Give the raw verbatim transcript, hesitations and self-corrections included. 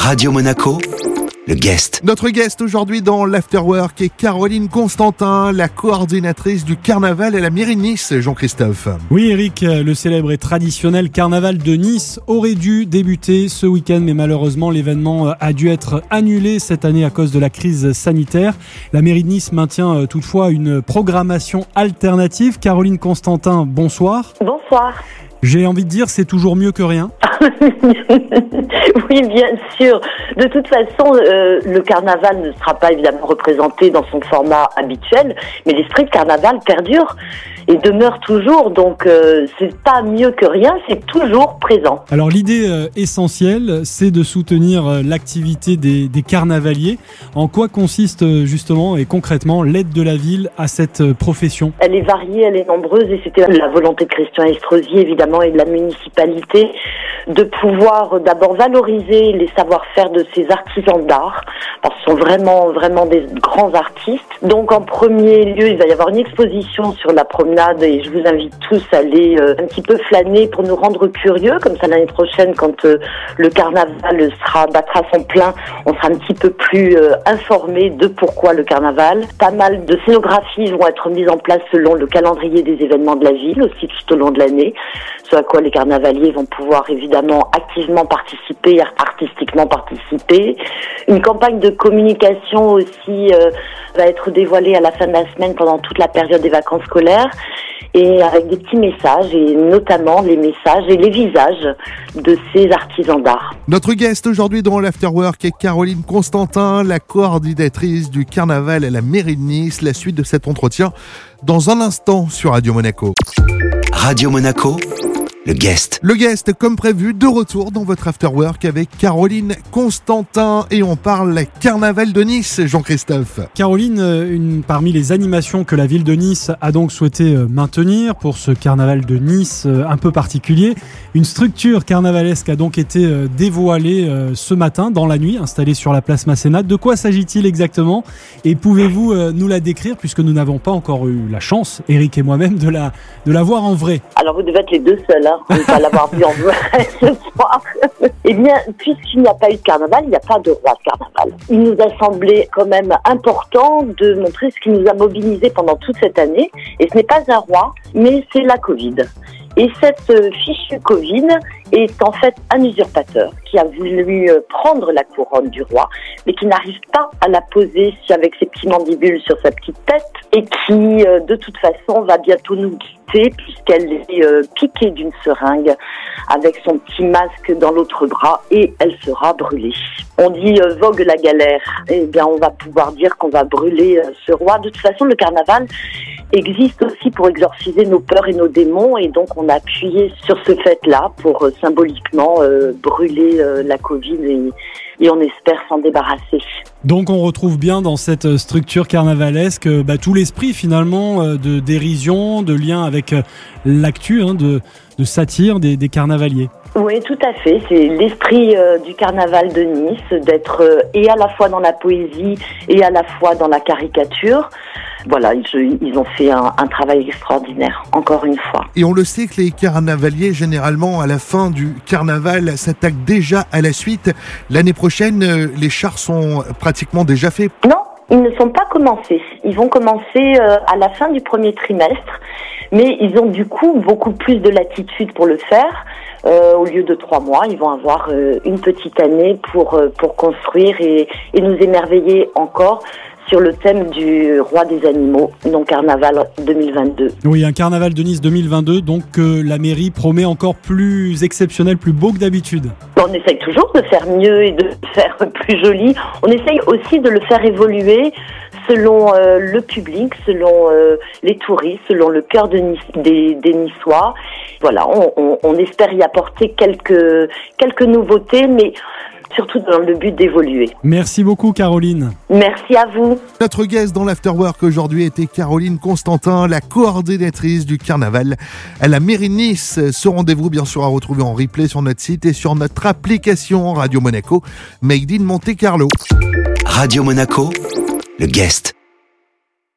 Radio Monaco, le guest. Notre guest aujourd'hui dans l'Afterwork est Caroline Constantin, la coordinatrice du carnaval à la mairie de Nice, Jean-Christophe. Oui Eric, le célèbre et traditionnel carnaval de Nice aurait dû débuter ce week-end, mais malheureusement l'événement a dû être annulé cette année à cause de la crise sanitaire. La mairie de Nice maintient toutefois une programmation alternative. Caroline Constantin, bonsoir. Bonsoir. J'ai envie de dire, c'est toujours mieux que rien. Oui, bien sûr. De toute façon, euh, le carnaval ne sera pas évidemment représenté dans son format habituel, mais l'esprit de carnaval perdure et demeure toujours. Donc, euh, c'est pas mieux que rien, c'est toujours présent. Alors, l'idée euh, essentielle, c'est de soutenir euh, l'activité des, des carnavaliers. En quoi consiste euh, justement et concrètement l'aide de la ville à cette euh, profession ? Elle est variée, elle est nombreuse et c'était la volonté de Christian Estrosi, évidemment, et de la municipalité de pouvoir d'abord valoriser les savoir-faire de ces artisans d'art, parce qu'ils sont vraiment, vraiment des grands artistes. Donc en premier lieu, il va y avoir une exposition sur la promenade et je vous invite tous à aller euh, un petit peu flâner pour nous rendre curieux, comme ça l'année prochaine, quand euh, le carnaval sera battra son plein, on sera un petit peu plus euh, informé de pourquoi le carnaval. Pas mal de scénographies vont être mises en place selon le calendrier des événements de la ville, aussi tout au long de l'année, ce à quoi les carnavaliers vont pouvoir évidemment activement participer, artistiquement participer. Une campagne de communication aussi euh, va être dévoilée à la fin de la semaine pendant toute la période des vacances scolaires et avec des petits messages et notamment les messages et les visages de ces artisans d'art. Notre guest aujourd'hui dans l'Afterwork est Caroline Constantin, la coordinatrice du carnaval à la mairie de Nice. La suite de cet entretien dans un instant sur Radio Monaco. Radio Monaco, le guest. Le guest, comme prévu, de retour dans votre Afterwork avec Caroline Constantin et on parle carnaval de Nice, Jean-Christophe. Caroline, une, parmi les animations que la ville de Nice a donc souhaité maintenir pour ce carnaval de Nice un peu particulier, une structure carnavalesque a donc été dévoilée ce matin dans la nuit, installée sur la place Masséna. De quoi s'agit-il exactement et pouvez-vous nous la décrire puisque nous n'avons pas encore eu la chance, Eric et moi-même, de la, de la voir en vrai? Alors vous devez être les deux seuls, hein. On ne va pas l'avoir vu en vrai ce soir. Eh bien, puisqu'il n'y a pas eu de carnaval, il n'y a pas de roi de carnaval. Il nous a semblé quand même important de montrer ce qui nous a mobilisés pendant toute cette année. Et ce n'est pas un roi, mais c'est la Covid. Et cette fichue Covid est en fait un usurpateur qui a voulu prendre la couronne du roi, mais qui n'arrive pas à la poser avec ses petits mandibules sur sa petite tête et qui, de toute façon, va bientôt nous quitter puisqu'elle est piquée d'une seringue avec son petit masque dans l'autre bras et elle sera brûlée. On dit euh, vogue la galère. Eh bien, on va pouvoir dire qu'on va brûler euh, ce roi. De toute façon, le carnaval existe aussi pour exorciser nos peurs et nos démons et donc on a appuyé sur ce fait-là pour euh, symboliquement euh, brûler euh, la Covid et, et on espère s'en débarrasser. Donc on retrouve bien dans cette structure carnavalesque bah, tout l'esprit finalement euh, de dérision, de lien avec euh, l'actu, hein, de, de satire des, des carnavaliers. Oui, tout à fait. C'est l'esprit euh, du carnaval de Nice, d'être euh, et à la fois dans la poésie et à la fois dans la caricature. Voilà, ils, ils ont fait un, un travail extraordinaire, encore une fois. Et on le sait que les carnavaliers, généralement, à la fin du carnaval, s'attaquent déjà à la suite. L'année prochaine, les chars sont pratiquement déjà faits. Non, ils ne sont pas commencés. Ils vont commencer euh, à la fin du premier trimestre, mais ils ont du coup beaucoup plus de latitude pour le faire. Euh, au lieu de trois mois, ils vont avoir euh, une petite année pour, euh, pour construire et, et nous émerveiller encore sur le thème du roi des animaux, donc carnaval deux mille vingt-deux. Oui, un carnaval de Nice deux mille vingt-deux, donc euh, la mairie promet encore plus exceptionnel, plus beau que d'habitude. On essaye toujours de faire mieux et de faire plus joli. On essaye aussi de le faire évoluer selon euh, le public, selon euh, les touristes, selon le cœur de nice, des, des Niçois. Voilà, on, on, on espère y apporter quelques, quelques nouveautés, mais surtout dans le but d'évoluer. Merci beaucoup Caroline. Merci à vous. Notre guest dans l'Afterwork aujourd'hui était Caroline Constantin, la coordinatrice du carnaval à la mairie de Nice. Ce rendez-vous bien sûr à retrouver en replay sur notre site et sur notre application Radio Monaco Made in Monte Carlo. Radio Monaco, le guest.